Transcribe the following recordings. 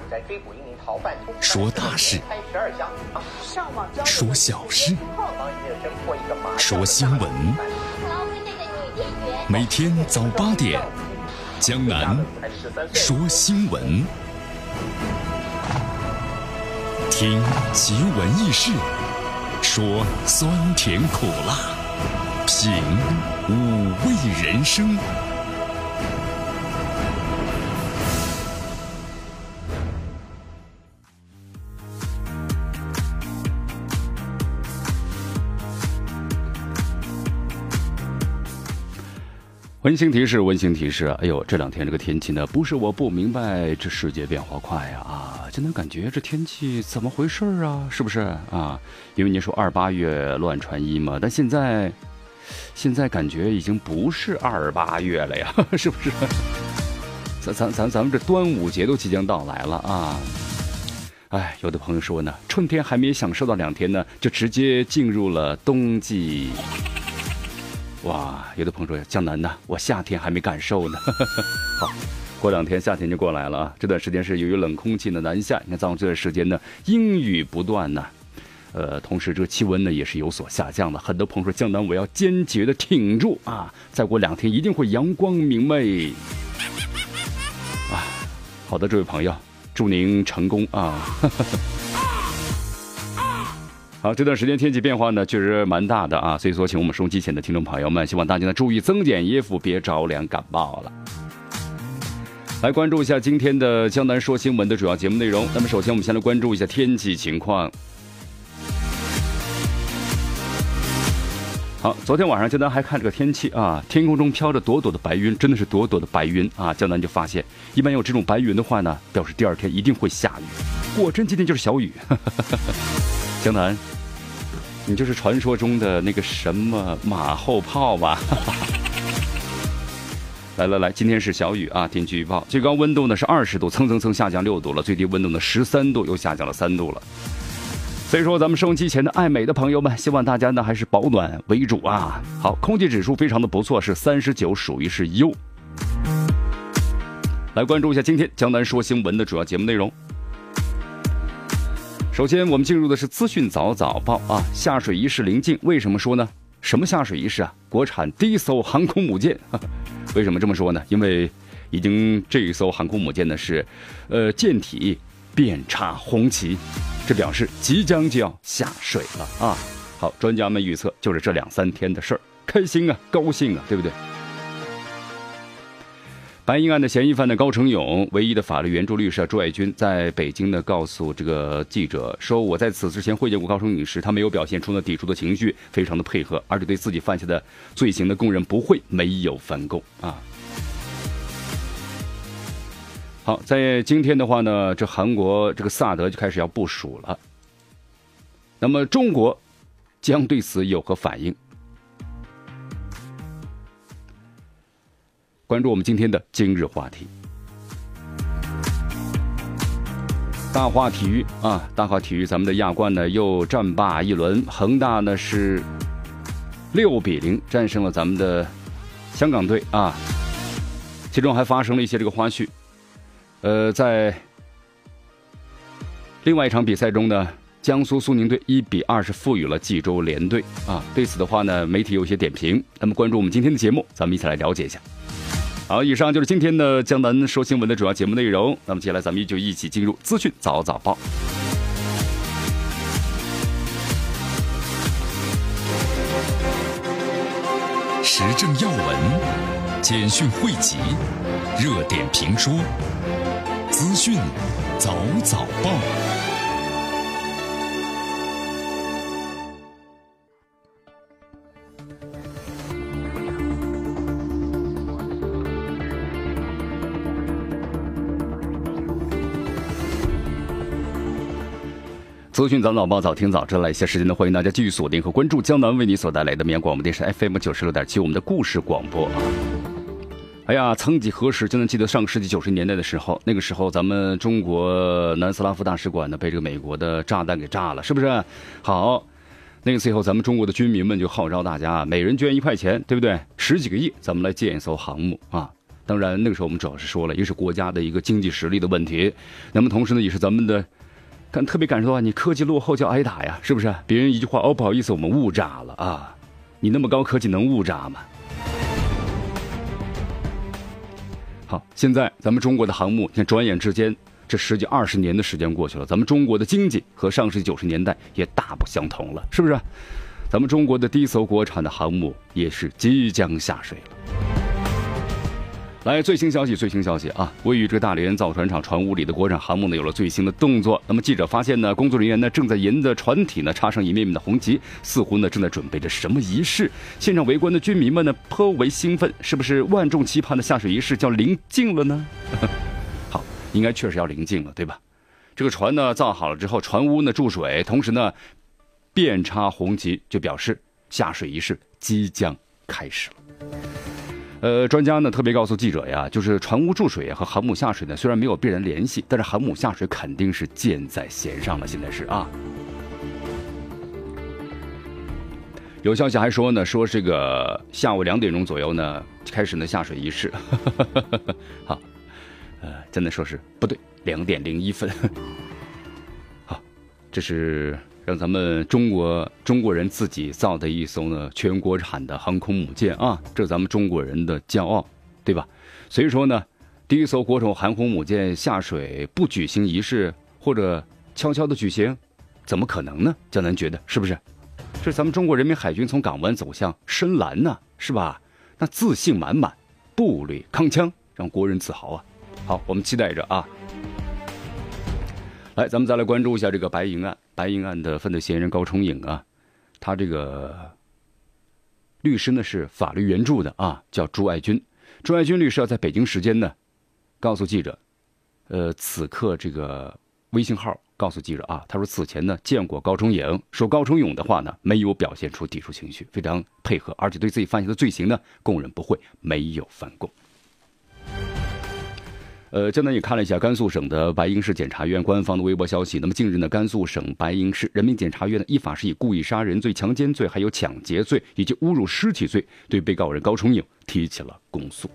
说大事，说小事，说新闻。每天早8点，江南说新闻，听奇闻异事，说酸甜苦辣，品五味人生。温馨提示，温馨提示！哎呦，这两天这个天气呢，不是我不明白，这世界变化快啊！真的感觉这天气怎么回事啊？是不是啊？因为您说28月乱穿衣嘛，但现在感觉已经不是28月了呀，是不是？咱们这端午节都即将到来了啊！哎，有的朋友说呢，春天还没享受到2天呢，就直接进入了冬季。哇，有的朋友说江南呢，我夏天还没感受呢。好，过2天夏天就过来了啊！这段时间是由于冷空气的南下，你看咱们这段时间呢，阴雨不断呢。同时这个气温呢也是有所下降的。很多朋友说江南，我要坚决的挺住啊！再过2天一定会阳光明媚。啊，好的，这位朋友，祝您成功啊！好，这段时间天气变化呢确实蛮大的啊，所以说请我们收音机前的听众朋友们，希望大家呢注意增减衣服，别着凉感冒了。来关注一下今天的江南说新闻的主要节目内容。那么首先我们先来关注一下天气情况。好，昨天晚上江南还看这个天气啊，天空中飘着朵朵的白云，真的是朵朵的白云啊！江南就发现，一般有这种白云的话呢，表示第2天一定会下雨。果真今天就是小雨。江南，你就是传说中的那个什么马后炮吧？来，今天是小雨啊！天气预报，最高温度呢是20度，蹭下降6度了，最低温度呢13度，又下降了3度了。所以说，咱们收音机前的爱美的朋友们，希望大家呢还是保暖为主啊。好，空气指数非常的不错，是39，属于是优。来关注一下今天江南说新闻的主要节目内容。首先我们进入的是资讯早报啊，下水仪式临近，为什么说呢？什么下水仪式啊？国产第1艘航空母舰。为什么这么说呢？因为已经这一艘航空母舰呢是舰体遍插红旗，这表示即将就要下水了啊。好，专家们预测就是这2-3天的事儿，开心啊，高兴啊，对不对？白银案的嫌疑犯的高成勇，唯一的法律援助律师朱爱军在北京呢告诉这个记者说，我在此之前会见过高成勇时，他没有表现出呢抵触的情绪，非常的配合，而且对自己犯下的罪行的供认不讳，没有翻供啊。好，在今天的话呢，这韩国这个萨德就开始要部署了，那么中国将对此有何反应？关注我们今天的今日话题。大话体育啊，大话体育，咱们的亚冠呢又战罢一轮，恒大呢是6-0战胜了咱们的香港队啊。其中还发生了一些这个花絮，在另外一场比赛中呢，江苏苏宁队1-2是负于了济州联队啊。对此的话呢，媒体有些点评。那么关注我们今天的节目，咱们一起来了解一下。好，以上就是今天的江南说新闻的主要节目内容。那么接下来咱们就一起进入资讯早报。 时政要闻、简讯汇集、热点评说、资讯早报。 资讯早报，早听早知道。来一些时间呢，欢迎大家继续锁定和关注江南为你所带来的绵阳广播电视 FM 96.7，我们的故事广播。哎呀，曾几何时，就能记得上个世纪90年代的时候，那个时候咱们中国南斯拉夫大使馆呢被这个美国的炸弹给炸了，是不是？好，那个时候咱们中国的军民们就号召大家每人捐1块钱，对不对？10几个亿，咱们来建一艘航母啊。 当然那个时候我们主要是说了，一个是国家的一个经济实力的问题，那么同时呢也是咱们的特别感受到你科技落后就挨打呀，是不是？别人一句话，哦不好意思我们误炸了啊，你那么高科技能误炸吗？好，现在咱们中国的航母，你看转眼之间这10几20年的时间过去了，咱们中国的经济和上世纪90年代也大不相同了，是不是？咱们中国的第一艘国产的航母也是即将下水了。来，最新消息啊！位于这个大连造船厂船坞里的国产航母呢有了最新的动作。那么记者发现呢，工作人员呢正在沿着船体呢插上一面面的红旗，似乎呢正在准备着什么仪式。现场围观的军迷们呢颇为兴奋，是不是万众期盼的下水仪式就要临近了呢？好，应该确实要临近了，对吧？这个船呢造好了之后，船坞呢注水，同时呢遍插红旗，就表示下水仪式即将开始了。专家呢特别告诉记者呀，就是船坞注水和航母下水呢虽然没有必然联系，但是航母下水肯定是箭在弦上了。现在是啊，有消息还说呢，说这个下午2点钟左右呢开始呢下水仪式。好，真的说是不对，2点01分。好，这是让咱们中国人自己造的一艘呢全国产的航空母舰啊，这是咱们中国人的骄傲，对吧？所以说呢，第一艘国产航空母舰下水不举行仪式或者悄悄的举行，怎么可能呢？江南觉得是不是？这是咱们中国人民海军从港湾走向深蓝呢，是吧？那自信满满，步履铿锵，让国人自豪啊！好，我们期待着啊。来，咱们再来关注一下这个白银案。白银案的犯罪嫌疑人高崇颖啊，他这个律师呢是法律援助的啊，叫朱爱军。朱爱军律师在北京时间呢告诉记者，此刻这个微信号告诉记者啊，他说此前呢见过高崇颖，说高崇颖的话呢没有表现出抵触情绪，非常配合，而且对自己犯下的罪行呢供认不讳，没有翻供。江南也看了一下甘肃省的白银市检察院官方的微博消息。那么近日呢，甘肃省白银市人民检察院呢依法是以故意杀人罪、强奸罪、还有抢劫罪以及侮辱尸体罪，对被告人高崇颖提起了公诉。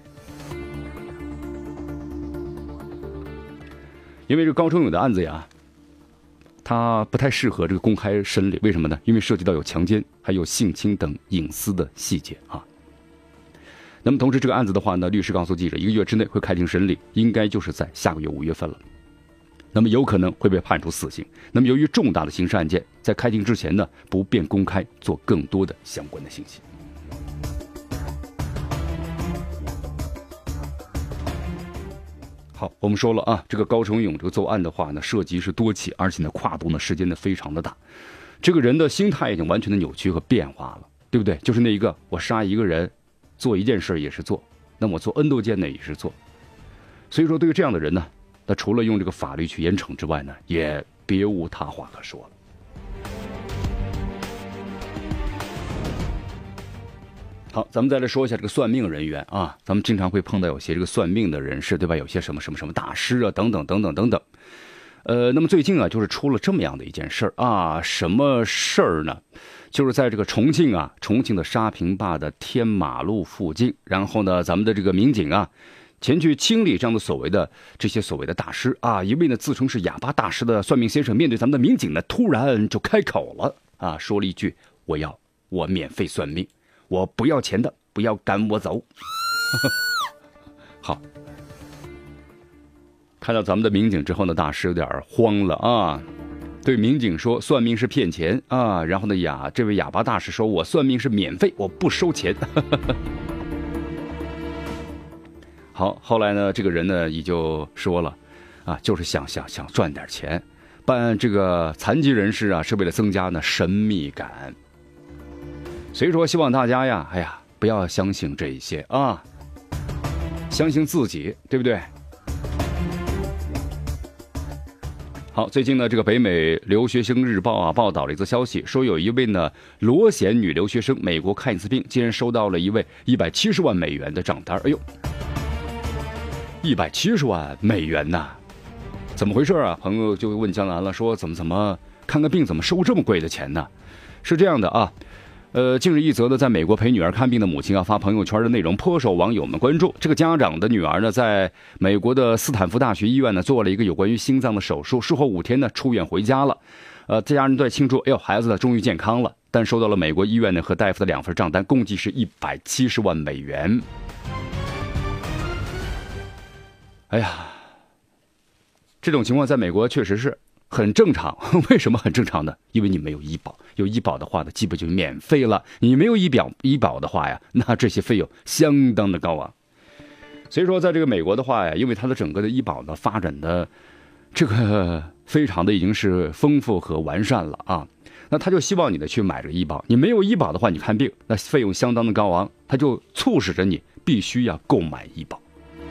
因为这个高崇颖的案子呀，他不太适合这个公开审理，为什么呢？因为涉及到有强奸、还有性侵等隐私的细节啊。那么同时这个案子的话呢，律师告诉记者，1个月之内会开庭审理，应该就是在下个月5月份了。那么有可能会被判处死刑。那么由于重大的刑事案件，在开庭之前呢，不便公开做更多的相关的信息。好，我们说了啊，这个高崇颖这个作案的话呢，涉及是多起，而且呢跨度呢时间呢非常的大，这个人的心态已经完全的扭曲和变化了，对不对？就是那一个我杀一个人。做一件事也是做，那么做 N 多件呢也是做，所以说对于这样的人呢，那除了用这个法律去严惩之外呢，也别无他话可说了。好，咱们再来说一下这个算命人员啊，咱们经常会碰到有些这个算命的人士，对吧？有些什么大师啊，等等等等等等。那么最近啊，就是出了这么样的一件事儿啊，什么事儿呢？就是在这个重庆的沙坪坝的天马路附近，然后呢，咱们的这个民警啊，前去清理这样的这些所谓的大师啊。一位呢自称是哑巴大师的算命先生，面对咱们的民警呢，突然就开口了啊，说了一句：“我免费算命，我不要钱的，不要赶我走。”好，看到咱们的民警之后呢，大师有点慌了啊。对民警说算命是骗钱啊，然后呢这位哑巴大师说我算命是免费，我不收钱。好，后来呢这个人呢也就说了啊，就是想赚点钱，办这个残疾人士啊是为了增加呢神秘感。所以说希望大家呀，不要相信这一些啊，相信自己，对不对？好，最近呢，这个北美留学生日报啊报道了一则消息，说有一位呢罗显女留学生美国看一次病，竟然收到了一位170万美元的账单。哎呦，170万美元呐，怎么回事啊？朋友就问江南了，说怎么看个病怎么收这么贵的钱呢？是这样的啊， 近日一则呢，在美国陪女儿看病的母亲发朋友圈的内容颇受网友们关注。这个家长的女儿呢，在美国的斯坦福大学医院呢做了一个有关于心脏的手术，术后5天呢出院回家了。家人都在庆祝，哎呦，孩子呢终于健康了。但收到了美国医院呢和大夫的2份账单，共计是170万美元。哎呀，这种情况在美国确实是很正常。为什么很正常呢？因为你没有医保，有医保的话呢，基本就免费了。你没有医保的话呀，那这些费用相当的高昂。所以说，在这个美国的话呀，因为它的整个的医保呢发展的这个非常的已经是丰富和完善了啊。那他就希望你呢去买这个医保，你没有医保的话，你看病那费用相当的高昂，他就促使着你必须要购买医保。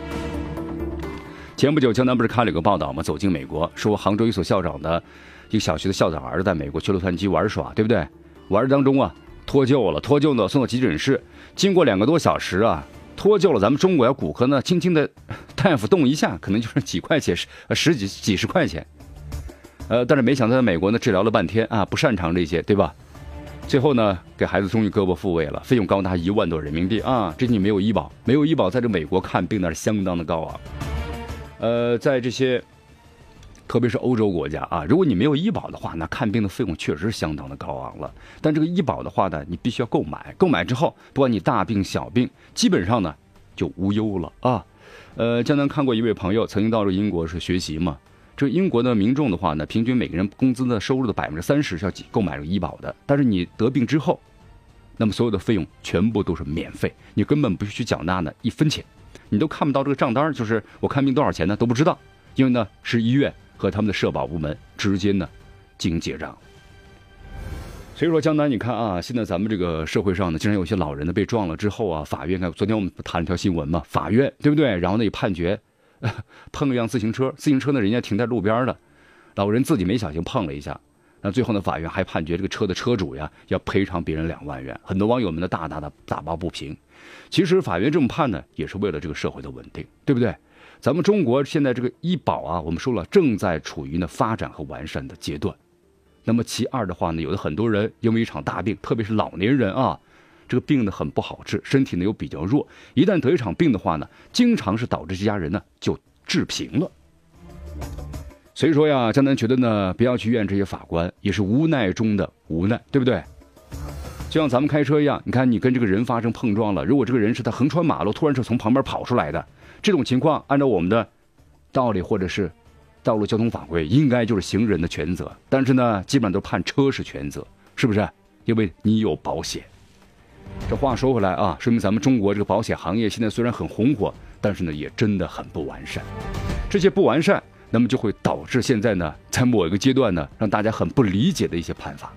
前不久，江南不是看了有个报道吗？走进美国，说杭州一所校长的一个小学的校长儿子在美国去洛杉矶玩耍，对不对？玩当中啊脱臼呢送到急诊室，经过2个多小时啊，脱臼了，咱们中国要骨科呢轻轻的大夫动一下，可能就是几块钱，几十块钱。但是没想到在美国呢治疗了半天啊，不擅长这些，对吧？最后呢给孩子终于胳膊复位了，费用高达1万多人民币啊！这你没有医保，在这美国看病那是相当的高昂。在这些特别是欧洲国家啊，如果你没有医保的话，那看病的费用确实相当的高昂了。但这个医保的话呢，你必须要购买之后，不管你大病小病，基本上呢就无忧了啊。江南看过一位朋友曾经到了英国是学习嘛，这个英国的民众的话呢，平均每个人工资的收入的30%是要购买这个医保的。但是你得病之后，那么所有的费用全部都是免费，你根本不需去缴纳呢1分钱，你都看不到这个账单，就是我看病多少钱呢都不知道，因为呢是医院和他们的社保部门之间呢进行结账。所以说江南你看啊，现在咱们这个社会上呢，经常有些老人呢被撞了之后啊，法院看昨天我们谈了条新闻嘛，法院对不对？然后呢也判决碰了一辆自行车呢人家停在路边的，老人自己没小心碰了一下，那最后呢法院还判决这个车的车主呀要赔偿别人2万元。很多网友们呢大的打抱不平。其实法院这么判呢也是为了这个社会的稳定，对不对？咱们中国现在这个医保啊，我们说了正在处于呢发展和完善的阶段。那么其二的话呢，有的很多人因为一场大病，特别是老年人啊，这个病呢很不好治，身体呢又比较弱，一旦得一场病的话呢，经常是导致这家人呢就治平了。所以说呀，江南觉得呢，不要去怨这些法官，也是无奈中的无奈，对不对？就像咱们开车一样，你看你跟这个人发生碰撞了，如果这个人是他横穿马路，突然是从旁边跑出来的，这种情况按照我们的道理或者是道路交通法规，应该就是行人的全责，但是呢基本上都判车是全责，是不是？因为你有保险。这话说回来啊，说明咱们中国这个保险行业现在虽然很红火，但是呢也真的很不完善。这些不完善，那么就会导致现在呢在某一个阶段呢让大家很不理解的一些判罚。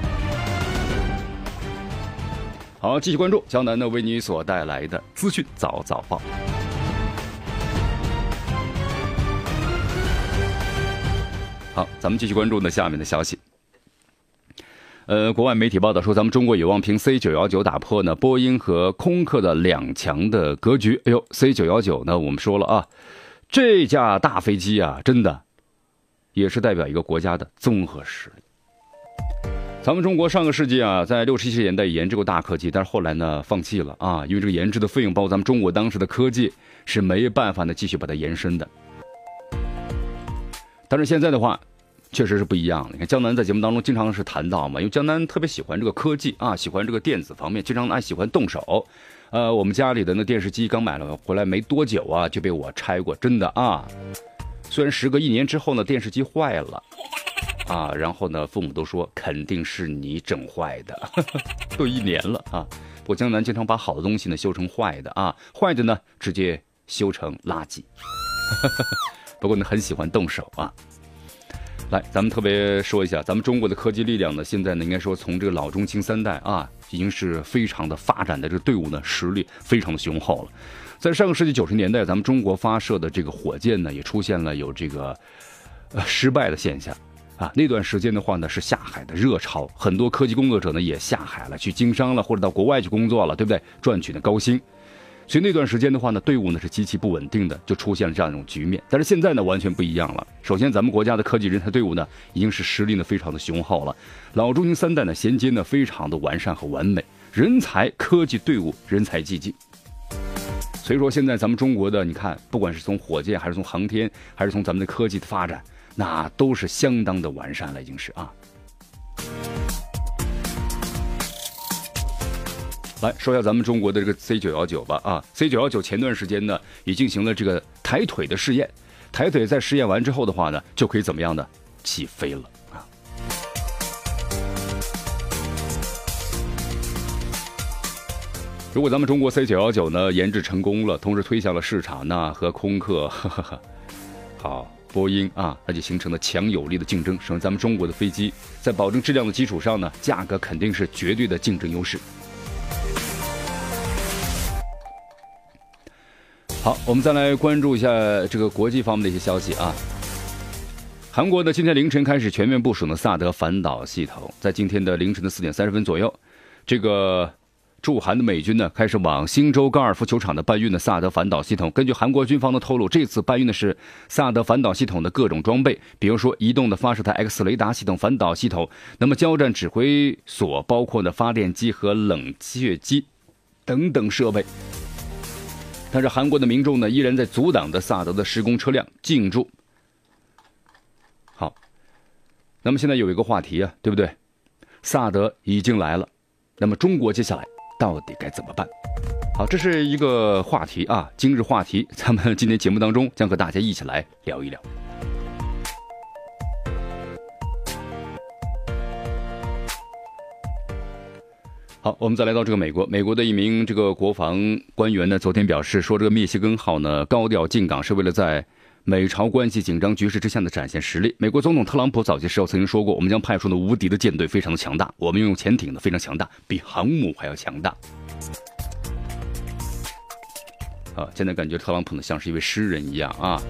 好，继续关注江南呢为你所带来的资讯早早报。好，咱们继续关注呢下面的消息。国外媒体报道说，咱们中国有望凭 C919 打破呢波音和空客的2强的格局。哎呦 ，C919 呢，我们说了啊，这架大飞机啊，真的也是代表一个国家的综合实力。咱们中国上个世纪啊，在60、70年代研制过大客机，但是后来呢放弃了啊，因为这个研制的费用，包括咱们中国当时的科技是没办法呢继续把它延伸的。但是现在的话，确实是不一样了。你看江南在节目当中经常是谈到嘛，因为江南特别喜欢这个科技啊，喜欢这个电子方面，经常喜欢动手。我们家里的那电视机刚买了回来没多久啊，就被我拆过，真的啊。虽然时隔1年之后呢，电视机坏了。啊，然后呢，父母都说肯定是你整坏的，都1年了啊。我江南经常把好的东西呢修成坏的啊，坏的呢直接修成垃圾。不过呢，很喜欢动手啊。来，咱们特别说一下，咱们中国的科技力量呢，现在呢应该说从这个老中青3代啊，已经是非常的发展的这个队伍呢，实力非常的雄厚了。在上个世纪90年代，咱们中国发射的这个火箭呢，也出现了有这个失败的现象。啊，那段时间的话呢是下海的热潮，很多科技工作者呢也下海了，去经商了，或者到国外去工作了，对不对？赚取的高薪。 所以那段时间的话呢，队伍呢是极其不稳定的，就出现了这样一种局面。但是现在呢，完全不一样了。首先，咱们国家的科技人才队伍呢，已经是实力呢非常的雄厚了，老中青三代呢衔接呢非常的完善和完美，人才科技队伍人才济济。所以说现在咱们中国的，你看，不管是从火箭，还是从航天，还是从咱们的科技的发展，那都是相当的完善了，已经是啊。来说一下咱们中国的这个 C919 吧啊 ，C919 前段时间呢也进行了这个抬腿的试验，抬腿在试验完之后的话呢，就可以怎么样呢？起飞了啊！如果咱们中国 C919 呢研制成功了，同时推向了市场，那和空客，好，波音啊，那就形成了强有力的竞争，使咱们中国的飞机在保证质量的基础上呢，价格肯定是绝对的竞争优势。好，我们再来关注一下这个国际方面的一些消息啊。韩国呢今天凌晨开始全面部署呢萨德反导系统，在今天的凌晨的4点30分左右，这个驻韩的美军呢开始往新州高尔夫球场的搬运的萨德反导系统。根据韩国军方的透露，这次搬运的是萨德反导系统的各种装备，比如说移动的发射台 X 雷达系统、反导系统，那么交战指挥所，包括呢发电机和冷却机等等设备。但是韩国的民众呢依然在阻挡着萨德的施工车辆进驻。好，那么现在有一个话题啊，对不对？萨德已经来了，那么中国接下来到底该怎么办？好，这是一个话题啊，今日话题，咱们今天节目当中将和大家一起来聊一聊。好，我们再来到这个美国，美国的一名这个国防官员呢，昨天表示说，这个密歇根号呢高调进港是为了在美朝关系紧张局势之下的展现实力。美国总统特朗普早些时候曾经说过，我们将派出呢无敌的舰队，非常的强大，我们拥有潜艇呢非常强大，比航母还要强大。啊，现在感觉特朗普呢像是一位诗人一样啊。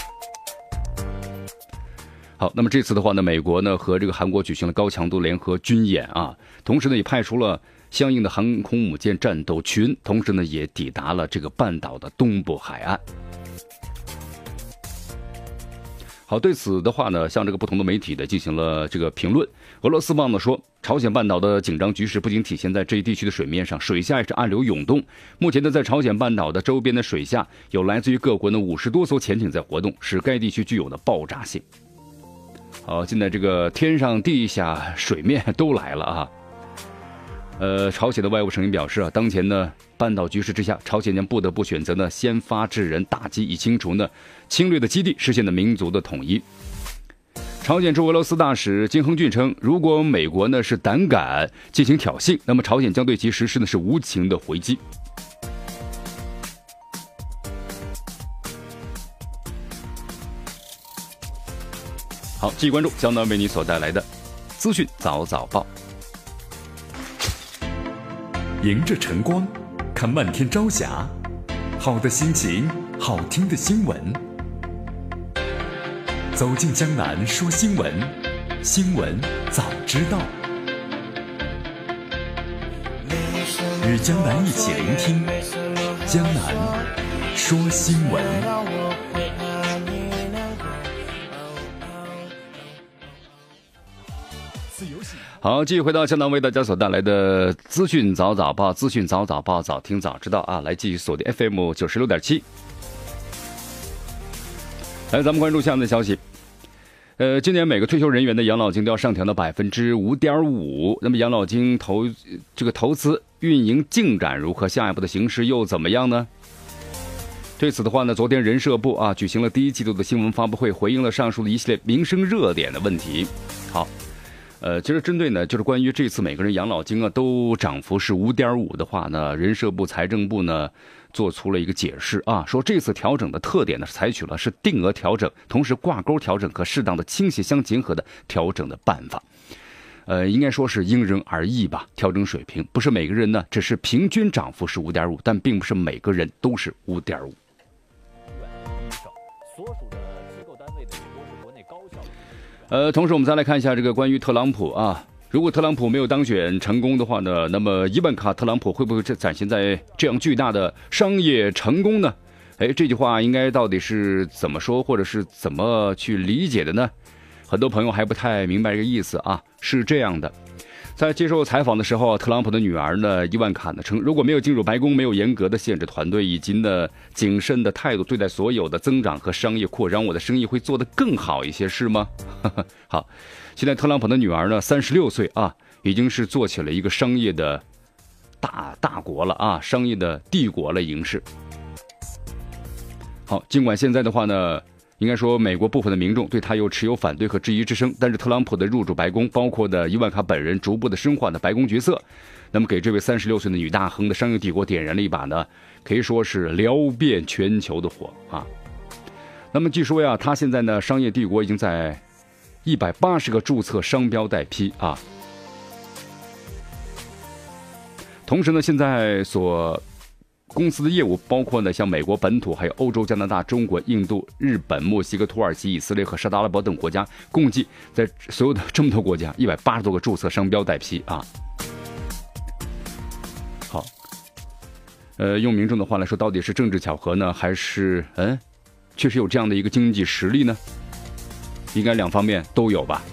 好，那么这次的话呢，美国呢和这个韩国举行了高强度联合军演啊，同时呢也派出了相应的航空母舰战斗群，同时呢也抵达了这个半岛的东部海岸。好，对此的话呢，像这个不同的媒体的进行了这个评论。俄罗斯报呢说，朝鲜半岛的紧张局势不仅体现在这一地区的水面上，水下也是暗流涌动。目前呢，在朝鲜半岛的周边的水下，有来自于各国呢50多艘潜艇在活动，使该地区具有的爆炸性。好，现在这个天上地下水面都来了啊。朝鲜的外务省也表示啊，当前呢半岛局势之下，朝鲜将不得不选择呢先发制人打击，以清除呢侵略的基地，实现的民族的统一。朝鲜驻俄罗斯大使金亨俊称，如果美国呢是胆敢进行挑衅，那么朝鲜将对其实施的是无情的回击。好，继续关注江南为你所带来的资讯早早报。 迎着晨光，看漫天朝霞，好的心情，好听的新闻。走进江南说新闻，新闻早知道。与江南一起聆听江南说新闻。 好，继续回到江南为大家所带来的资讯早早报，资讯早早报，早听早知道啊！来继续锁定 FM 96.7。来，咱们关注下面的消息。今年每个退休人员的养老金都要上调到 5.5%。那么养老金投资运营进展如何？下一步的形势又怎么样呢？对此的话呢，昨天人社部啊举行了第一季度的新闻发布会，回应了上述的一系列民生热点的问题。好。其实针对呢，就是关于这次每个人养老金啊都涨幅是 5.5% 的话呢，人社部、财政部呢做出了一个解释啊，说这次调整的特点呢是采取了是定额调整，同时挂钩调整和适当的倾斜相结合的调整的办法。应该说是因人而异吧，调整水平不是每个人呢只是平均涨幅是 5.5%， 但并不是每个人都是 5.5%。所属的机构单位的也都是国内高校。同时我们再来看一下这个关于特朗普啊， 如果特朗普没有当选成功的话呢，那么伊万卡·特朗普会不会展现在这样巨大的商业成功呢？这句话应该到底是怎么说，或者是怎么去理解的呢？很多朋友还不太明白这个意思啊。是这样的，在接受采访的时候，特朗普的女儿呢，伊万卡呢称，如果没有进入白宫，没有严格的限制团队以及呢谨慎的态度对待所有的增长和商业扩张，我的生意会做得更好一些，是吗？好，现在特朗普的女儿呢36岁啊，已经是做起了一个商业的大国了啊，商业的帝国了，已经是。好，尽管现在的话呢，应该说美国部分的民众对他又持有反对和质疑之声，但是特朗普的入主白宫，包括的伊万卡本人逐步的深化的白宫角色，那么给这位36岁的女大亨的商业帝国点燃了一把呢，可以说是燎遍全球的火啊。那么据说呀，他现在呢，商业帝国已经在180个注册商标待批啊。同时呢，现在公司的业务包括呢，像美国本土、还有欧洲、加拿大、中国、印度、日本、墨西哥、土耳其、以色列和沙特阿拉伯等国家，共计在所有的这么多国家180多个注册商标待批啊。好，用民众的话来说，到底是政治巧合呢，还是确实有这样的一个经济实力呢？应该两方面都有吧。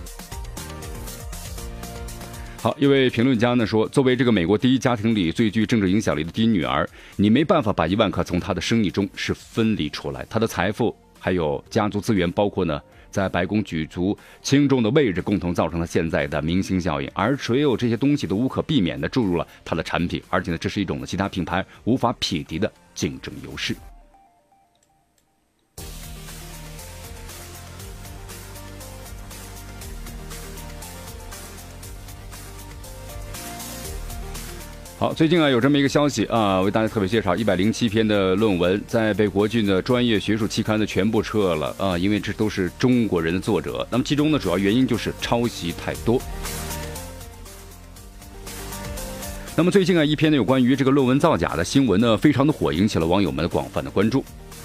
好，一位评论家呢说，作为这个美国第一家庭里最具政治影响力的第一女儿，你没办法把伊万卡从她的生意中是分离出来，她的财富还有家族资源，包括呢在白宫举足轻重的位置，共同造成了现在的明星效应，而所有这些东西都无可避免地注入了她的产品，而且呢这是一种其他品牌无法匹敌的竞争优势。好，最近有这么一个消息啊，为大家特别介绍107篇的论文在被国际的专业学术期刊的全部撤了啊，因为这都是中国人的作者。那么其中呢，主要原因就是抄袭太多。那么最近一篇有关于这个论文造假的新闻呢，非常的火，引起了网友们的广泛的关注。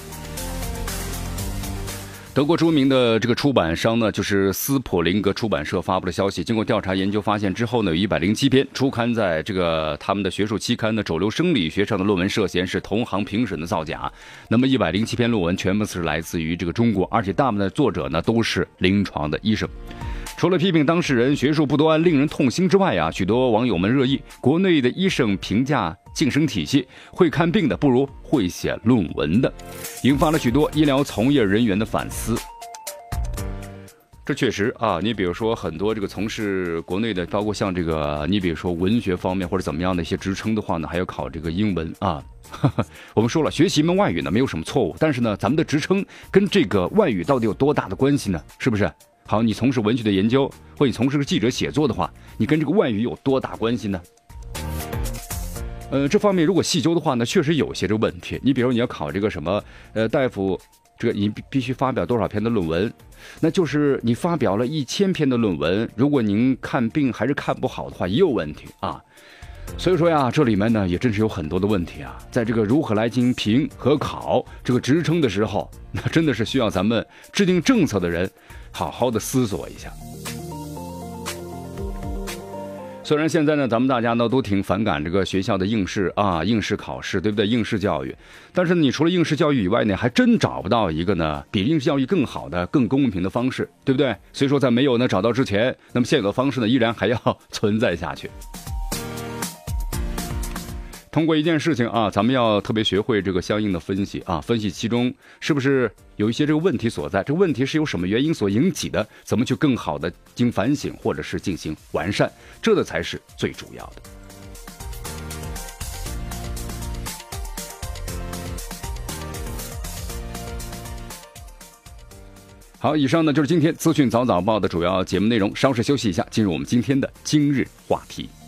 德国著名的这个出版商呢，就是斯普林格出版社发布的消息，经过调查研究发现之后呢，有107篇出刊在这个他们的学术期刊的主流生理学上的论文涉嫌是同行评审的造假。那么107篇论文全部是来自于这个中国，而且大部分的作者呢都是临床的医生。除了批评当事人学术不端令人痛心之外许多网友们热议国内的医生评价晋升体系，会看病的不如会写论文的，引发了许多医疗从业人员的反思。这确实你比如说很多这个从事国内的，包括像这个你比如说文学方面或者怎么样的一些职称的话呢，还要考这个英文我们说了，学习一门外语呢没有什么错误，但是呢咱们的职称跟这个外语到底有多大的关系呢？是不是？好，你从事文学的研究，或你从事记者写作的话，你跟这个外语有多大关系呢？这方面如果细究的话呢，确实有些这个问题。你比如你要考这个什么大夫，这个你必须发表多少篇的论文，那就是你发表了1000篇的论文，如果您看病还是看不好的话，也有问题啊。所以说呀，这里面呢也真是有很多的问题啊。在这个如何来进行评和考这个职称的时候，那真的是需要咱们制定政策的人好好的思索一下。虽然现在呢，咱们大家呢都挺反感这个学校的应试应试考试，对不对？应试教育，但是你除了应试教育以外呢，还真找不到一个呢比应试教育更好的、更公平的方式，对不对？所以说，在没有呢找到之前，那么现有的方式呢依然还要存在下去。通过一件事情咱们要特别学会这个相应的分析分析其中是不是有一些这个问题所在，这个问题是由什么原因所引起的，怎么去更好的进行反省或者是进行完善，这才是最主要的。好，以上呢就是今天资讯早早报的主要节目内容，稍事休息一下，进入我们今天的今日话题。